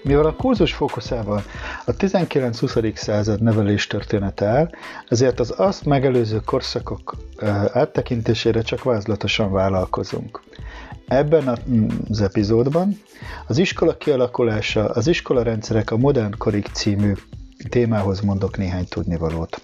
Mivel a kurzus fókuszában a 19-20. század neveléstörténete áll, ezért az azt megelőző korszakok áttekintésére csak vázlatosan vállalkozunk. Ebben az epizódban az iskola kialakulása, az iskolarendszerek a modern korig című témához mondok néhány tudnivalót.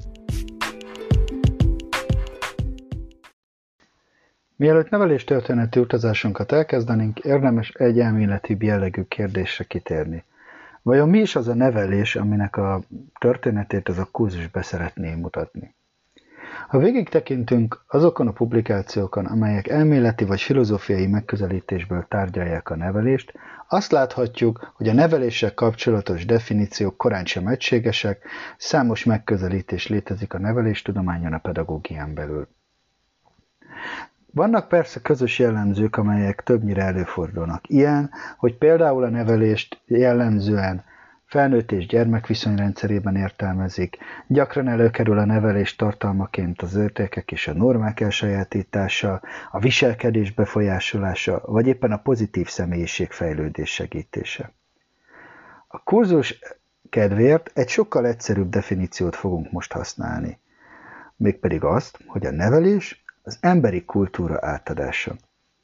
Mielőtt neveléstörténeti utazásunkat elkezdenénk, érdemes egy elméleti jellegű kérdésre kitérni. Vajon mi is az a nevelés, aminek a történetét ez a kurzus be szeretné mutatni? Ha végig tekintünk azokon a publikációkon, amelyek elméleti vagy filozófiai megközelítésből tárgyalják a nevelést, azt láthatjuk, hogy a neveléssel kapcsolatos definíciók korán sem egységesek, számos megközelítés létezik a neveléstudományon, a pedagógián belül. Vannak persze közös jellemzők, amelyek többnyire előfordulnak. Ilyen, hogy például a nevelést jellemzően felnőtt és gyermek viszonyrendszerében értelmezik, gyakran előkerül a nevelés tartalmaként az értékek és a normák elsajátítása, a viselkedés befolyásolása, vagy éppen a pozitív személyiségfejlődés segítése. A kurzus kedvéért egy sokkal egyszerűbb definíciót fogunk most használni, mégpedig azt, hogy a nevelés az emberi kultúra átadása.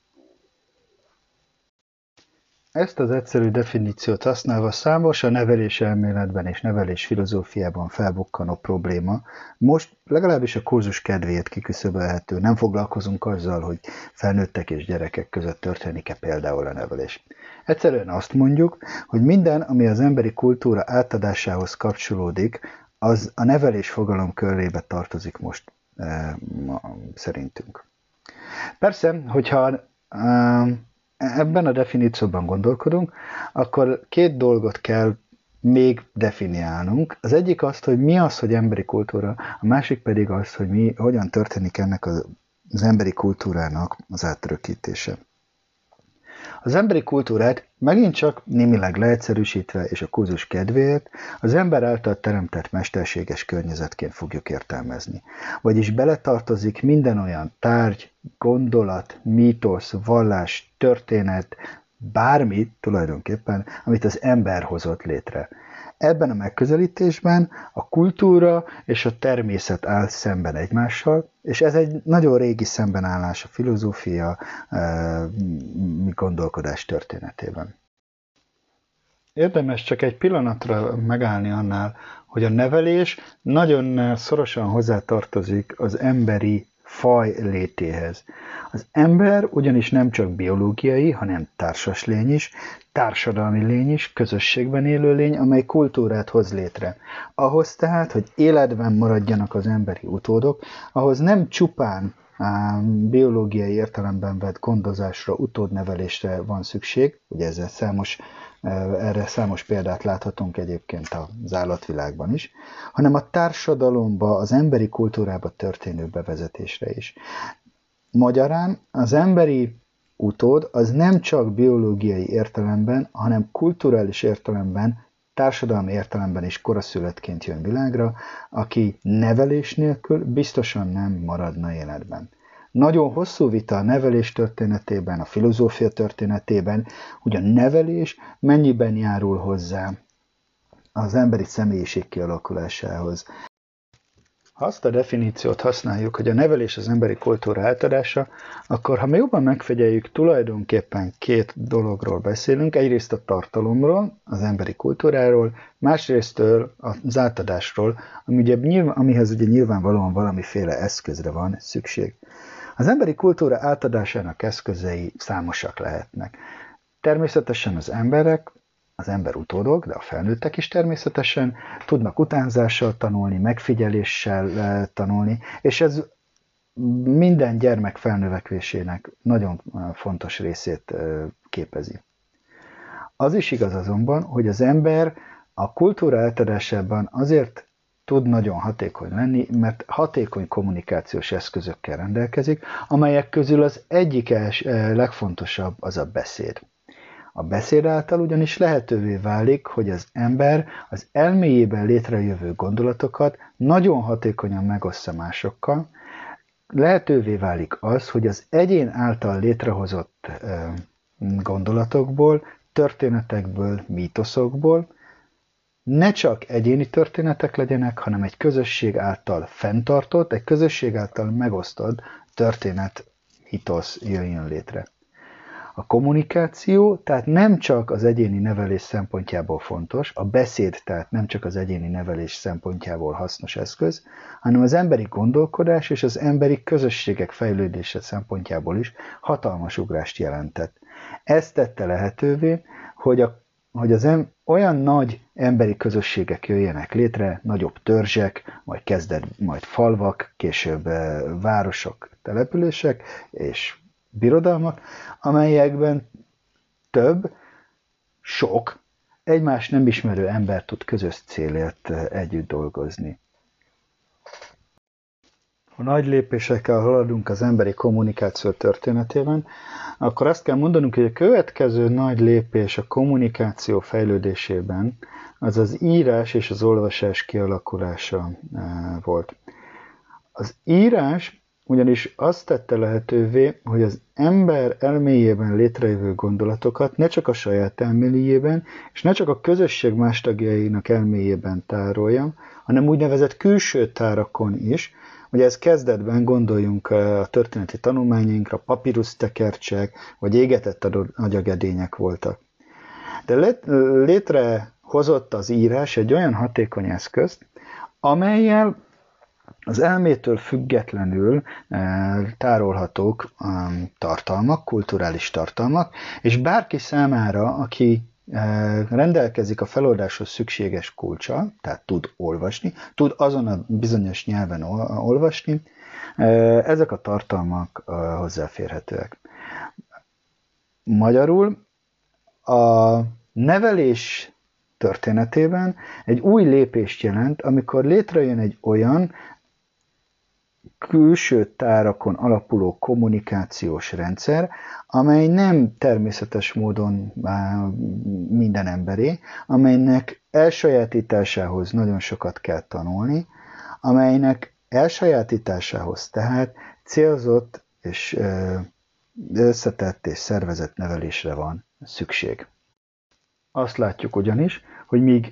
Ezt az egyszerű definíciót használva számos a nevelés elméletben és nevelés filozófiában felbukkanó probléma most legalábbis a kurzus kedvéért kiküszöbölhető, nem foglalkozunk azzal, hogy felnőttek és gyerekek között történik-e például a nevelés. Egyszerűen azt mondjuk, hogy minden, ami az emberi kultúra átadásához kapcsolódik, az a nevelés fogalom körébe tartozik most szerintünk. Persze, hogyha ebben a definícióban gondolkodunk, akkor két dolgot kell még definiálnunk. Az egyik az, hogy mi az, hogy emberi kultúra, a másik pedig az, hogy hogyan történik ennek az emberi kultúrának az átörökítése. Az emberi kultúrát megint csak némileg leegyszerűsítve és a kurzus kedvéért az ember által teremtett mesterséges környezetként fogjuk értelmezni. Vagyis beletartozik minden olyan tárgy, gondolat, mítosz, vallás, történet, bármi tulajdonképpen, amit az ember hozott létre. Ebben a megközelítésben a kultúra és a természet áll szemben egymással, és ez egy nagyon régi szembenállás a filozófia gondolkodás történetében. Érdemes csak egy pillanatra megállni annál, hogy a nevelés nagyon szorosan hozzátartozik az emberi faj létéhez. Az ember ugyanis nem csak biológiai, hanem társas lény is, társadalmi lény is, közösségben élő lény, amely kultúrát hoz létre. Ahhoz tehát, hogy életben maradjanak az emberi utódok, ahhoz nem csupán biológiai értelemben vett gondozásra, utódnevelésre van szükség, ugye erre számos példát láthatunk egyébként az állatvilágban is, hanem a társadalomba, az emberi kultúrába történő bevezetésre is. Magyarán az emberi utód az nem csak biológiai értelemben, hanem kulturális értelemben, társadalmi értelemben is koraszülöttként jön világra, aki nevelés nélkül biztosan nem maradna életben. Nagyon hosszú vita a nevelés történetében, a filozófia történetében, hogy a nevelés mennyiben járul hozzá az emberi személyiség kialakulásához. Ha azt a definíciót használjuk, hogy a nevelés az emberi kultúra átadása, akkor ha mi jobban megfigyeljük, tulajdonképpen két dologról beszélünk. Egyrészt a tartalomról, az emberi kultúráról, másrésztől az átadásról, amihez ugye nyilvánvalóan valamiféle eszközre van szükség. Az emberi kultúra átadásának eszközei számosak lehetnek. Természetesen az emberek, az ember utódok, de a felnőttek is természetesen tudnak utánzással tanulni, megfigyeléssel tanulni, és ez minden gyermek felnövekvésének nagyon fontos részét képezi. Az is igaz azonban, hogy az ember a kultúra átadásában azért tud nagyon hatékony lenni, mert hatékony kommunikációs eszközökkel rendelkezik, amelyek közül az egyik legfontosabb az a beszéd. A beszéd által ugyanis lehetővé válik, hogy az ember az elméjében létrejövő gondolatokat nagyon hatékonyan megossza másokkal, lehetővé válik az, hogy az egyén által létrehozott gondolatokból történetekből, mítoszokból, ne csak egyéni történetek legyenek, hanem egy közösség által fenntartott, egy közösség által megosztott történet, mítosz jöjjön létre. A kommunikáció tehát nem csak az egyéni nevelés szempontjából fontos, a beszéd tehát nem csak az egyéni nevelés szempontjából hasznos eszköz, hanem az emberi gondolkodás és az emberi közösségek fejlődése szempontjából is hatalmas ugrást jelentett. Ez tette lehetővé, hogy olyan nagy emberi közösségek jöjjenek létre, nagyobb törzsek, majd falvak, később városok, települések és birodalmak, amelyekben sok egymást nem ismerő ember tud közös célért együtt dolgozni. Ha nagy lépésekkel haladunk az emberi kommunikáció történetében, akkor azt kell mondanunk, hogy a következő nagy lépés a kommunikáció fejlődésében az az írás és az olvasás kialakulása volt. Az írás ugyanis azt tette lehetővé, hogy az ember elméjében létrejövő gondolatokat ne csak a saját elméjében, és ne csak a közösség más tagjainak elméjében tárolja, hanem úgynevezett külső tárakon is. Ugye ez kezdetben gondoljunk a történeti tanulmányainkra, papirusztekercsek, vagy égetett agyagedények voltak. De létrehozott az írás egy olyan hatékony eszközt, amellyel az elmétől függetlenül tárolhatók tartalmak, kulturális tartalmak, és bárki számára, aki rendelkezik a feloldáshoz szükséges kulccsal, tehát tud olvasni, tud azon a bizonyos nyelven olvasni, ezek a tartalmak hozzáférhetőek. Magyarul a nevelés történetében egy új lépést jelent, amikor létrejön egy olyan külső tárakon alapuló kommunikációs rendszer, amely nem természetes módon minden emberé, amelynek elsajátításához nagyon sokat kell tanulni, amelynek elsajátításához tehát célzott és összetett és szervezett nevelésre van szükség. Azt látjuk ugyanis, hogy míg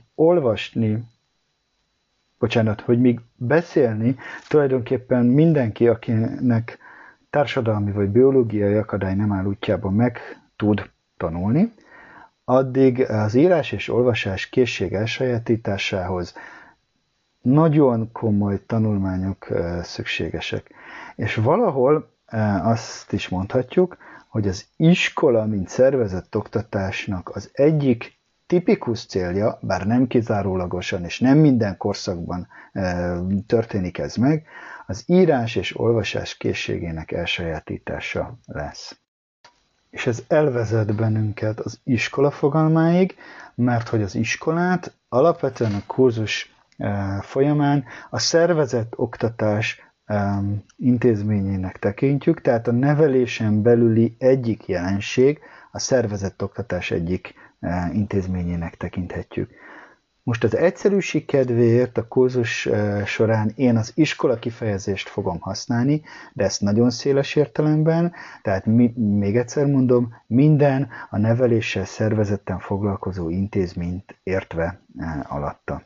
míg beszélni tulajdonképpen mindenki, akinek társadalmi vagy biológiai akadály nem áll útjában, meg tud tanulni, addig az írás és olvasás készség elsajátításához nagyon komoly tanulmányok szükségesek. És valahol azt is mondhatjuk, hogy az iskola, mint szervezett oktatásnak az egyik tipikus célja, bár nem kizárólagosan és nem minden korszakban történik ez meg, az írás és olvasás készségének elsajátítása lesz. És ez elvezet bennünket az iskola fogalmáig, mert hogy az iskolát alapvetően a kurzus folyamán a szervezett oktatás intézményének tekintjük, tehát a nevelésen belüli egyik jelenség a szervezett oktatás egyik intézményének tekinthetjük. Most az egyszerűség kedvéért a kurzus során én az iskola kifejezést fogom használni, de ezt nagyon széles értelemben, tehát még egyszer mondom, minden a neveléssel szervezetten foglalkozó intézményt értve alatta.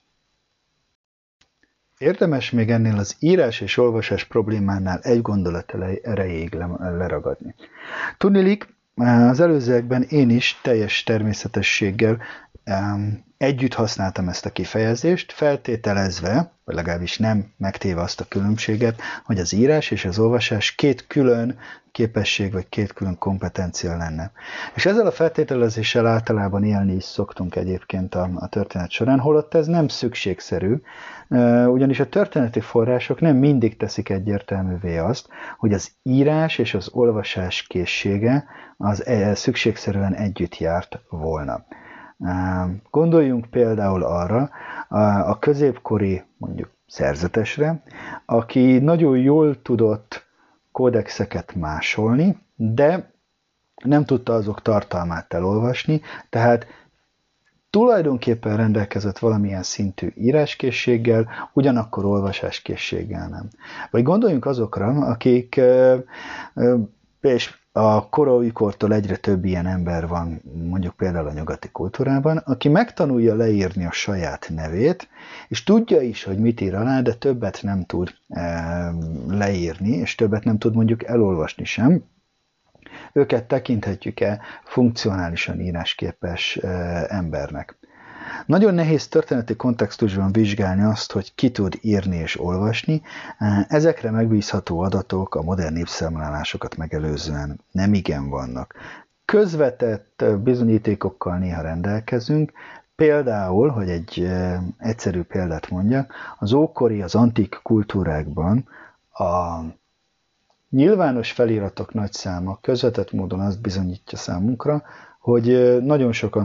Érdemes még ennél az írás és olvasás problémánál egy gondolat erejéig leragadni. Tudniillik, az előzőekben én is teljes természetességgel együtt használtam ezt a kifejezést, feltételezve, vagy legalábbis nem megtéve azt a különbséget, hogy az írás és az olvasás két külön képesség, vagy két külön kompetencia lenne. És ezzel a feltételezéssel általában élni is szoktunk egyébként a történet során, holott ez nem szükségszerű, ugyanis a történeti források nem mindig teszik egyértelművé azt, hogy az írás és az olvasás készsége az szükségszerűen együtt járt volna. Gondoljunk például arra a középkori, mondjuk szerzetesre, aki nagyon jól tudott kódexeket másolni, de nem tudta azok tartalmát elolvasni, tehát tulajdonképpen rendelkezett valamilyen szintű íráskészséggel, ugyanakkor olvasáskészséggel nem. Vagy gondoljunk azokra, akik, és a kora újkortól egyre több ilyen ember van, mondjuk például a nyugati kultúrában, aki megtanulja leírni a saját nevét, és tudja is, hogy mit ír alá, de többet nem tud leírni, és többet nem tud mondjuk elolvasni sem. Őket tekinthetjük-e funkcionálisan írásképes embernek. Nagyon nehéz történeti kontextusban vizsgálni azt, hogy ki tud írni és olvasni. Ezekre megbízható adatok a modern népszámlálásokat megelőzően nem igen vannak. Közvetett bizonyítékokkal néha rendelkezünk, például, hogy egy egyszerű példát mondjak, az ókori, az antik kultúrákban a nyilvános feliratok nagy száma közvetett módon azt bizonyítja számunkra, hogy nagyon sokan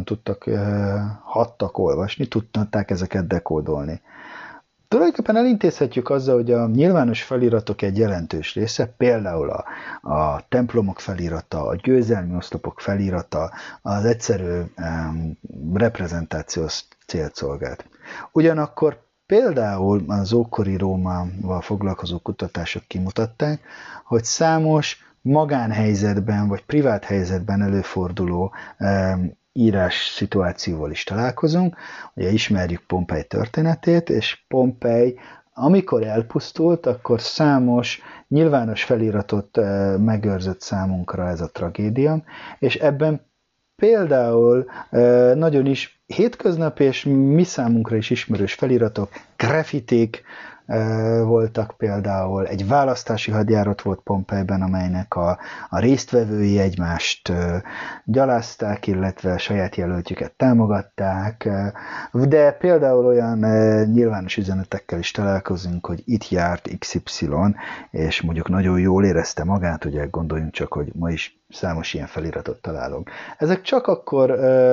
hattak olvasni, tudták ezeket dekódolni. Tulajdonképpen elintézhetjük azzal, hogy a nyilvános feliratok egy jelentős része, például a templomok felirata, a győzelmi oszlopok felirata, az egyszerű reprezentációs célt szolgált. Ugyanakkor például az ókori Rómával foglalkozó kutatások kimutatták, hogy számos magánhelyzetben vagy privát helyzetben előforduló írás szituációval is találkozunk. Ugye ismerjük Pompej történetét, és Pompej, amikor elpusztult, akkor számos nyilvános feliratot megőrzött számunkra ez a tragédia, és ebben például nagyon is hétköznapi és mi számunkra is ismerős feliratok, graffitik voltak például, egy választási hadjárat volt Pompejben, amelynek a résztvevői egymást gyalázták, illetve saját jelöltjüket támogatták, de például olyan nyilvános üzenetekkel is találkozunk, hogy itt járt XY, és mondjuk nagyon jól érezte magát, ugye gondoljunk csak, hogy ma is számos ilyen feliratot találunk. Ezek csak akkor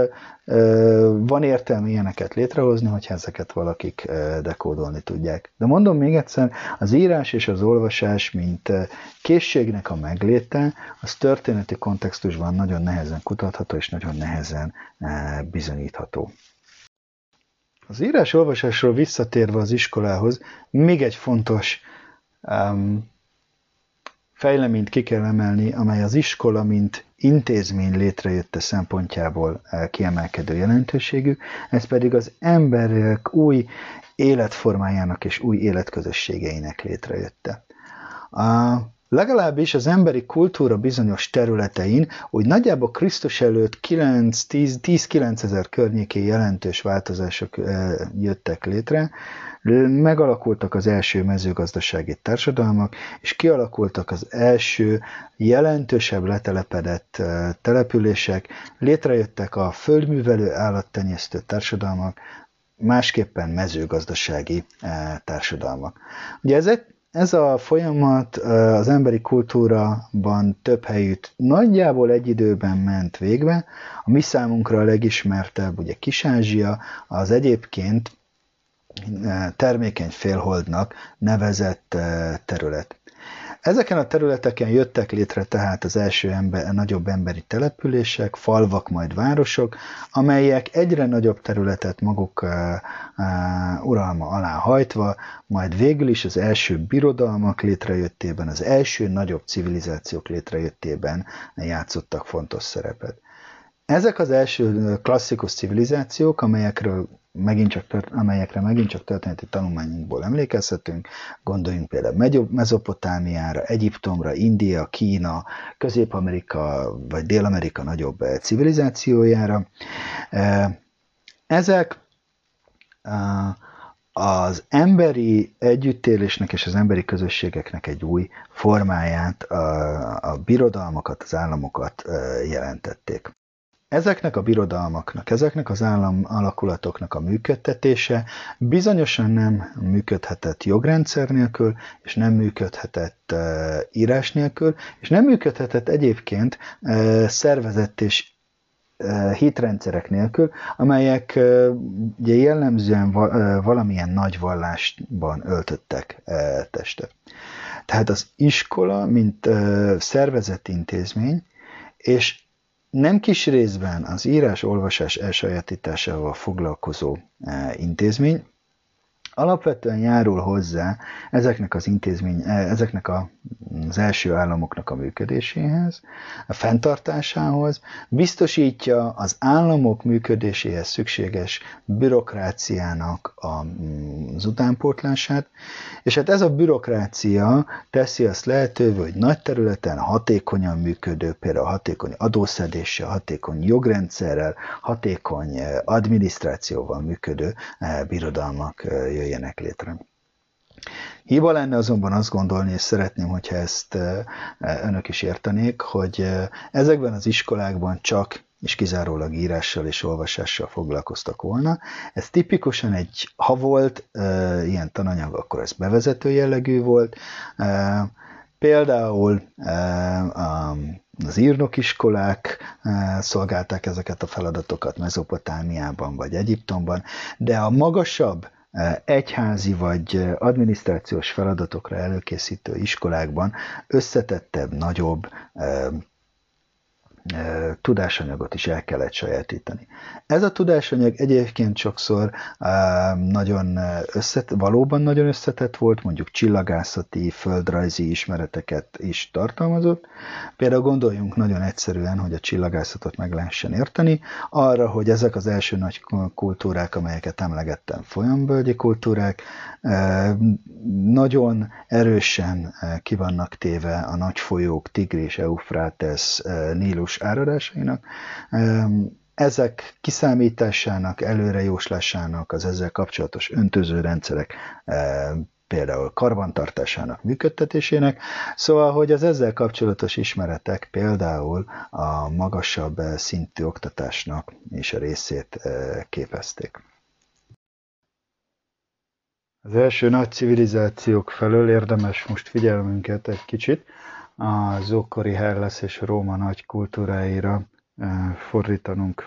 van értelme ilyeneket létrehozni, hogyha ezeket valakik dekódolni tudják. De mondom még egyszer, az írás és az olvasás, mint készségnek a megléte, az történeti kontextusban nagyon nehezen kutatható és nagyon nehezen bizonyítható. Az írás-olvasásról visszatérve az iskolához, még egy fontos fejleményt ki kell emelni, amely az iskola, mint intézmény létrejötte szempontjából kiemelkedő jelentőségű, ez pedig az emberek új életformájának és új életközösségeinek létrejötte. Legalábbis az emberi kultúra bizonyos területein, úgy nagyjából Krisztus előtt 10-9 ezer környékén jelentős változások jöttek létre, megalakultak az első mezőgazdasági társadalmak, és kialakultak az első jelentősebb letelepedett települések, létrejöttek a földművelő állattenyésztő társadalmak, másképpen mezőgazdasági társadalmak. Ugye ez a folyamat az emberi kultúraban több helyütt nagyjából egy időben ment végbe. A mi számunkra a legismertebb, ugye Kis-Ázsia, az egyébként termékeny félholdnak nevezett terület. Ezeken a területeken jöttek létre tehát az első nagyobb emberi települések, falvak, majd városok, amelyek egyre nagyobb területet maguk uralma alá hajtva, majd végül is az első birodalmak létrejöttében, az első nagyobb civilizációk létrejöttében játszottak fontos szerepet. Ezek az első klasszikus civilizációk, amelyekre megint csak történeti tanulmányunkból emlékezhetünk, gondoljunk például Mezopotámiára, Egyiptomra, India, Kína, Közép-Amerika vagy Dél-Amerika nagyobb civilizációjára. Ezek az emberi együttélésnek és az emberi közösségeknek egy új formáját, a birodalmakat, az államokat jelentették. Ezeknek a birodalmaknak, ezeknek az állam alakulatoknak a működtetése bizonyosan nem működhetett jogrendszer nélkül, és nem működhetett írás nélkül, és nem működhetett egyébként szervezett és hitrendszerek nélkül, amelyek ugye jellemzően valamilyen nagy vallásban öltöttek testet. Tehát az iskola, mint szervezett intézmény, és nem kis részben az írás-olvasás elsajátításával foglalkozó intézmény, alapvetően járul hozzá ezeknek az első államoknak a működéséhez, a fenntartásához, biztosítja az államok működéséhez szükséges bürokráciának az utánpótlását, és hát ez a bürokrácia teszi azt lehetővé, hogy nagy területen hatékonyan működő, például hatékony adószedéssel, hatékony jogrendszerrel, hatékony adminisztrációval működő birodalmak jöjjenek létre. Hiba lenne azonban azt gondolni, és szeretném, hogyha ezt önök is értenék, hogy ezekben az iskolákban csak és kizárólag írással és olvasással foglalkoztak volna. Ez tipikusan ha volt ilyen tananyag, akkor ez bevezető jellegű volt. Például az írnokiskolák szolgálták ezeket a feladatokat Mezopotámiában vagy Egyiptomban, de a magasabb egyházi vagy adminisztrációs feladatokra előkészítő iskolákban összetettebb, nagyobb tudásanyagot is el kellett sajátítani. Ez a tudásanyag egyébként sokszor valóban nagyon összetett volt, mondjuk csillagászati, földrajzi ismereteket is tartalmazott. Például gondoljunk nagyon egyszerűen, hogy a csillagászatot meg lehessen érteni, arra, hogy ezek az első nagy kultúrák, amelyeket emlegettem, folyambölgyi kultúrák, nagyon erősen ki vannak téve a nagy folyók, Tigris, Eufrátesz, Nílus áradásainak. Ezek kiszámításának, előrejóslásának, az ezzel kapcsolatos öntözőrendszerek például karbantartásának, működtetésének, szóval, hogy az ezzel kapcsolatos ismeretek például a magasabb szintű oktatásnak is a részét képezték. Az első nagy civilizációk felől érdemes most figyelmünket egy kicsit az ókori Hellas és Róma nagy kultúráira fordítanunk.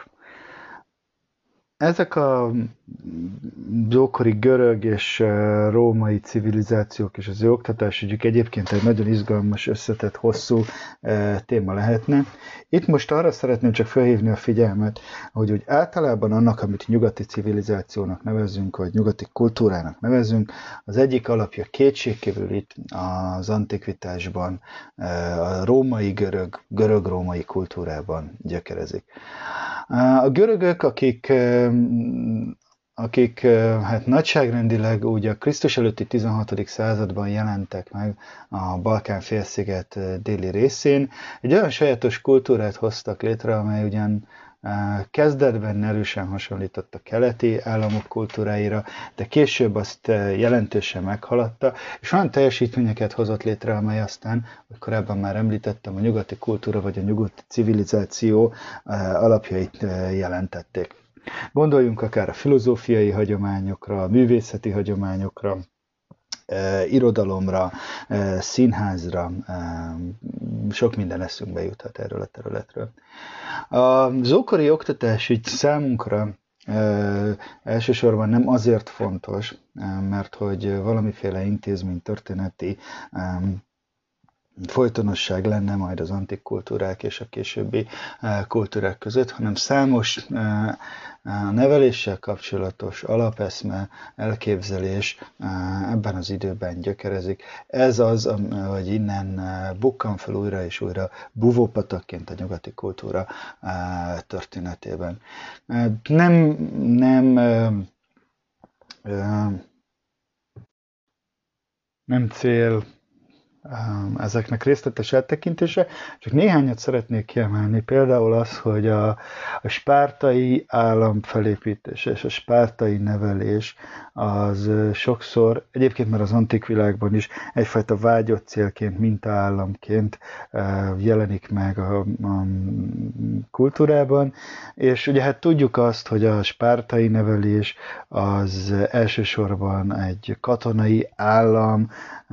Ezek az ókori görög és római civilizációk és az ő oktatásügyük egyébként egy nagyon izgalmas, összetett, hosszú téma lehetne. Itt most arra szeretném csak felhívni a figyelmet, hogy úgy általában annak, amit nyugati civilizációnak nevezünk, vagy nyugati kultúrának nevezünk, az egyik alapja kétségkívül itt az antikvitásban, a római görög-római kultúrában gyökerezik. A görögök, akik hát nagyságrendileg úgy a Krisztus előtti 16. században jelentek meg a Balkán-félsziget déli részén, egy olyan sajátos kultúrát hoztak létre, amely ugyan kezdetben erősen hasonlított a keleti államok kultúráira, de később azt jelentősen meghaladta, és olyan teljesítményeket hozott létre, amely aztán, hogy korábban már említettem, a nyugati kultúra vagy a nyugati civilizáció alapjait jelentették. Gondoljunk akár a filozófiai hagyományokra, a művészeti hagyományokra, irodalomra, színházra, sok minden eszünkbe juthat erről a területről. Az ókori oktatás így számunkra elsősorban nem azért fontos, mert hogy valamiféle intézménytörténeti folytonosság lenne majd az antik kultúrák és a későbbi kultúrák között, hanem számos neveléssel kapcsolatos alapeszme, elképzelés ebben az időben gyökerezik. Ez az, hogy innen bukkan fel újra és újra buvópatakként a nyugati kultúra történetében. Nem cél ezeknek részletes áttekintése, csak néhányat szeretnék kiemelni. Például az, hogy a spártai állam felépítése és a spártai nevelés az sokszor, egyébként már az antik világban is egyfajta vágyott célként, mintaállamként jelenik meg a kultúrában, és ugye hát tudjuk azt, hogy a spártai nevelés az elsősorban egy katonai állam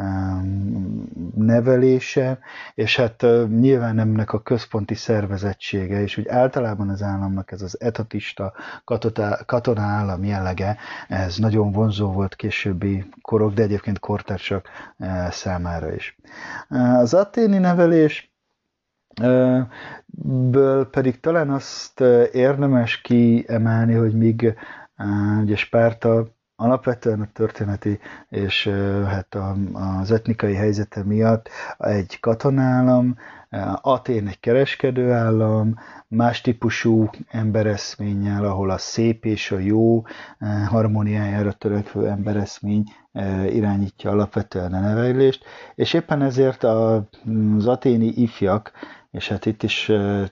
nevelése, és hát nyilván ennek a központi szervezettsége, és úgy általában az államnak ez az etatista katona állam jellege, ez nagyon vonzó volt későbbi korok, de egyébként kortársak számára is. Az athéni nevelés ből pedig talán azt érdemes kiemelni, hogy míg ugye Spárta alapvetően a történeti és hát az etnikai helyzete miatt egy katonállam, Atén egy kereskedőállam, más típusú embereszménnyel, ahol a szép és a jó harmóniájára törekvő embereszmény irányítja alapvetően a nevelést, és éppen ezért az aténi ifjak, és hát itt is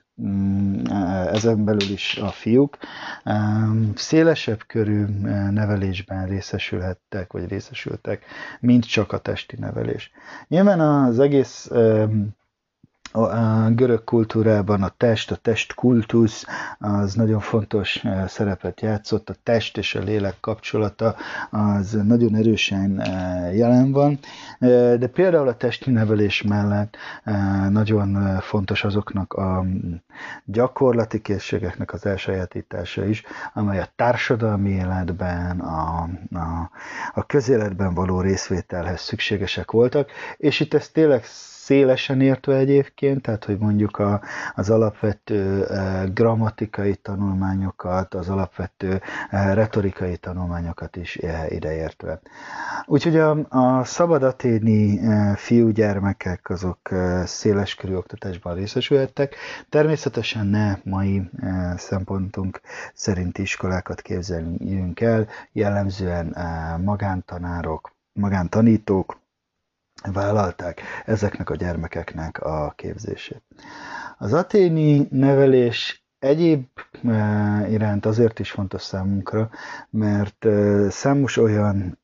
ezen belül is a fiúk szélesebb körű nevelésben részesülhettek, vagy részesültek, mint csak a testi nevelés. Nyilván az egész a görög kultúrában a testkultusz az nagyon fontos szerepet játszott, a test és a lélek kapcsolata az nagyon erősen jelen van, de például a testi nevelés mellett nagyon fontos azoknak a gyakorlati készségeknek az elsajátítása is, amely a társadalmi életben, a közéletben való részvételhez szükségesek voltak, és itt ez tényleg szélesen értve egyébként, tehát hogy mondjuk az alapvető grammatikai tanulmányokat, az alapvető retorikai tanulmányokat is ideértve. Úgyhogy a szabad aténi fiúgyermekek azok széleskörű oktatásban részesülhettek. Természetesen ne mai szempontunk szerint iskolákat képzeljünk el, jellemzően magántanárok, magántanítók vállalták ezeknek a gyermekeknek a képzését. Az aténi nevelés egyéb iránt azért is fontos számunkra, mert számos olyan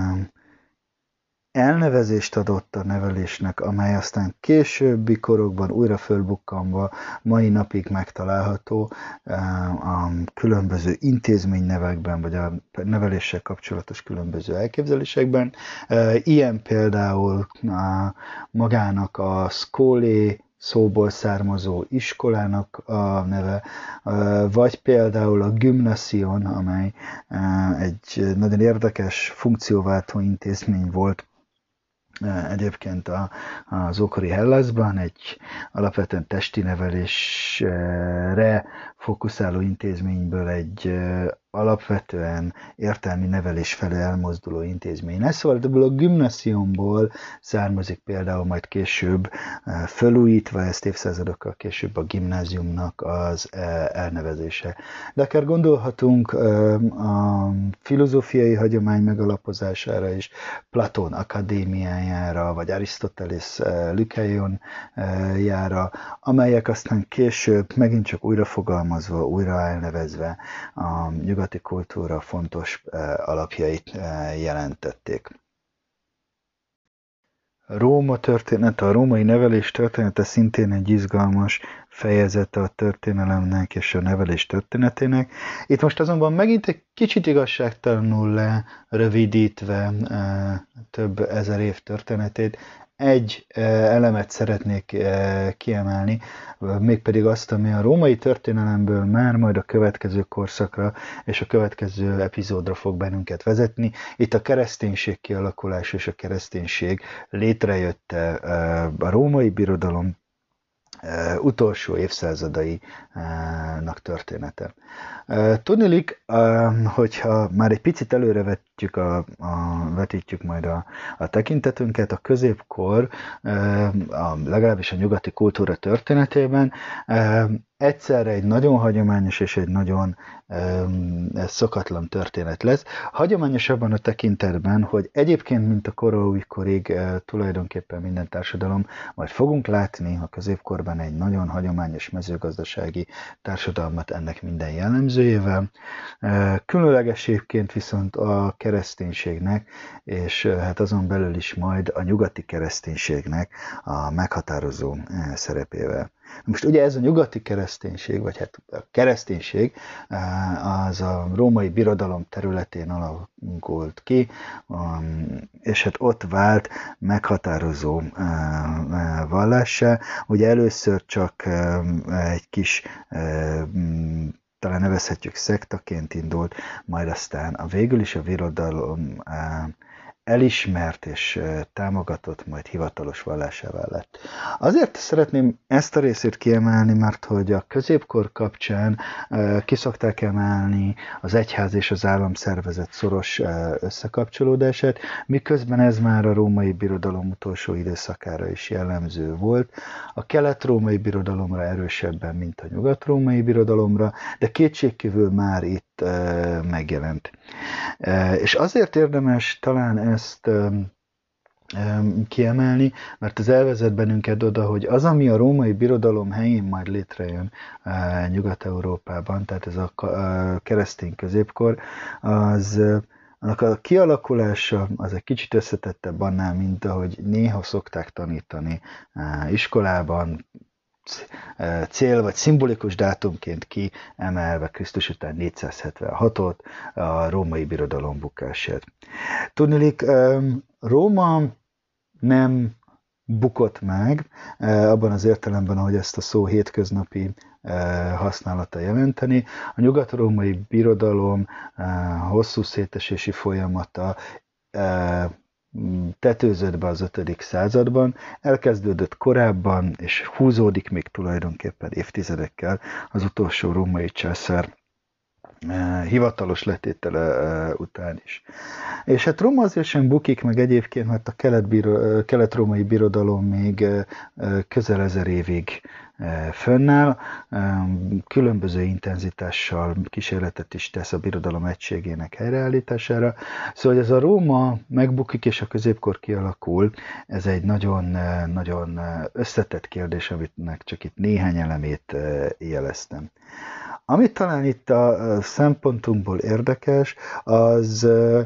elnevezést adott a nevelésnek, amely aztán későbbi korokban újra fölbukkanva mai napig megtalálható a különböző intézménynevekben, vagy a neveléssel kapcsolatos különböző elképzelésekben. Ilyen például magának a szkólé szóból származó iskolának a neve, vagy például a gymnation, amely egy nagyon érdekes funkcióváltó intézmény volt egyébként az ókori Hellaszban, egy alapvetően testi nevelésre fókuszáló intézményből egy alapvetően értelmi nevelés felé elmozduló intézmény lesz. Szóval ebből a gymnasionból származik például majd később, felújítva ezt évszázadokkal később a gimnáziumnak az elnevezése. De akár gondolhatunk a filozófiai hagyomány megalapozására is, Platón akadémiájára, vagy Arisztotelész Lükeion-jára, amelyek aztán később megint csak újrafogalmazva, újra elnevezve a nyugati kultúra fontos alapjait jelentették. Róma története, a római nevelés története szintén egy izgalmas fejezete a történelemnek és a nevelés történetének. Itt most azonban megint egy kicsit igazságtalanul lerövidítve több ezer év történetét, egy elemet szeretnék kiemelni, mégpedig azt, ami a római történelemből már majd a következő korszakra és a következő epizódra fog bennünket vezetni. Itt a kereszténység kialakulása és a kereszténység létrejötte a római birodalom utolsó évszázadainak története. Tudniillik, hogyha már egy picit előrevetjük vetítjük majd a tekintetünket, a középkor, legalábbis a nyugati kultúra történetében egyszerre egy nagyon hagyományos és egy nagyon szokatlan történet lesz. Hagyományos abban a tekintetben, hogy egyébként, mint a kora újkorig tulajdonképpen minden társadalom, majd fogunk látni a középkorban egy nagyon hagyományos mezőgazdasági társadalmat ennek minden jellemzőjével. Különlegességként viszont a kereszténységnek, és hát azon belül is majd a nyugati kereszténységnek a meghatározó szerepével. Most ugye ez a nyugati kereszténység, vagy hát a kereszténység, az a római birodalom területén alakult ki, és hát ott vált meghatározó vallássá. Ugye először csak egy kis, talán nevezhetjük szektaként indult, majd aztán végül is a birodalom elismert és támogatott, majd hivatalos vallásává lett. Azért szeretném ezt a részét kiemelni, mert hogy a középkor kapcsán kiszokták emelni az egyház és az államszervezet szoros összekapcsolódását, miközben ez már a római birodalom utolsó időszakára is jellemző volt. A kelet-római birodalomra erősebben, mint a nyugat-római birodalomra, de kétségkívül már itt megjelent. És azért érdemes talán ezt kiemelni, mert ez elvezet bennünket oda, hogy az, ami a római birodalom helyén majd létrejön Nyugat-Európában, tehát ez a keresztény középkor, annak a kialakulása az egy kicsit összetettebb annál, mint ahogy néha szokták tanítani iskolában, cél vagy szimbolikus dátumként kiemelve Krisztus után 476-ot, a római birodalom bukását. Tudniillik, Róma nem bukott meg, abban az értelemben, ahogy ezt a szó hétköznapi használata jelenteni. A nyugat-római birodalom hosszú szétesési folyamata tetőzött be az 5. században, elkezdődött korábban, és húzódik még tulajdonképpen évtizedekkel az utolsó római császár hivatalos letétele után is. És hát Róma azért sem bukik meg egyébként, mert a kelet-római birodalom még közel 1000 évig fönnáll, különböző intenzitással kísérletet is tesz a birodalom egységének helyreállítására. Szóval, hogy ez a Róma megbukik és a középkor kialakul, ez egy nagyon összetett kérdés, aminek csak itt néhány elemét jeleztem. Amit talán itt a szempontunkból érdekes, az,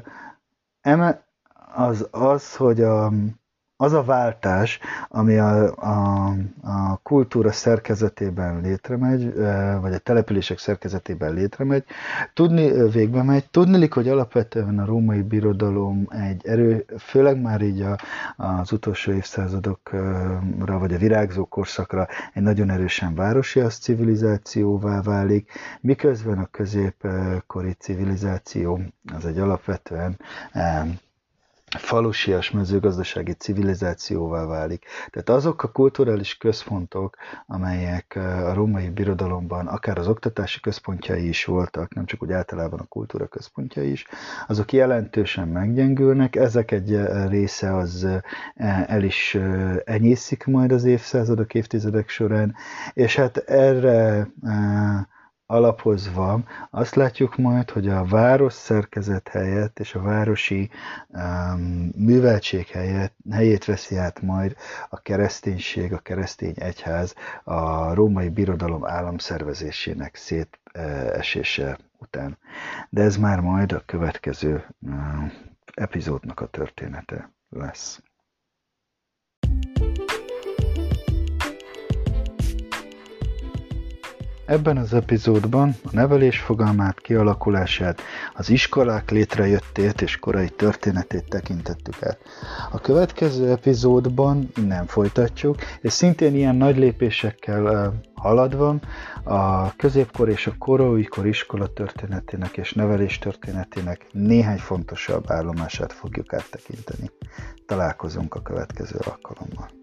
hogy az a váltás, ami a kultúra szerkezetében létremegy, vagy a települések szerkezetében létremegy, végbe megy. Tudniillik, hogy alapvetően a római birodalom főleg már így az utolsó évszázadokra, vagy a virágzó korszakra egy nagyon erősen városias civilizációvá válik, miközben a középkori civilizáció az egy alapvetően falusias mezőgazdasági civilizációvá válik. Tehát azok a kulturális központok, amelyek a római birodalomban akár az oktatási központjai is voltak, nem csak úgy általában a kultúra központjai is, azok jelentősen meggyengülnek, ezek egy része az el is enyészik majd az évszázadok, évtizedek során, és hát erre alapozva azt látjuk majd, hogy a város szerkezet helyett és a városi műveltség helyét veszi át majd a kereszténység, a keresztény egyház a római birodalom államszervezésének szétesése után. De ez már majd a következő epizódnak a története lesz. Ebben az epizódban a nevelés fogalmát, kialakulását, az iskolák létrejöttét és korai történetét tekintettük át. A következő epizódban innen folytatjuk, és szintén ilyen nagy lépésekkel haladva a középkor és a koraújkor iskola történetének és nevelés történetének néhány fontosabb állomását fogjuk áttekinteni. Találkozunk a következő alkalommal.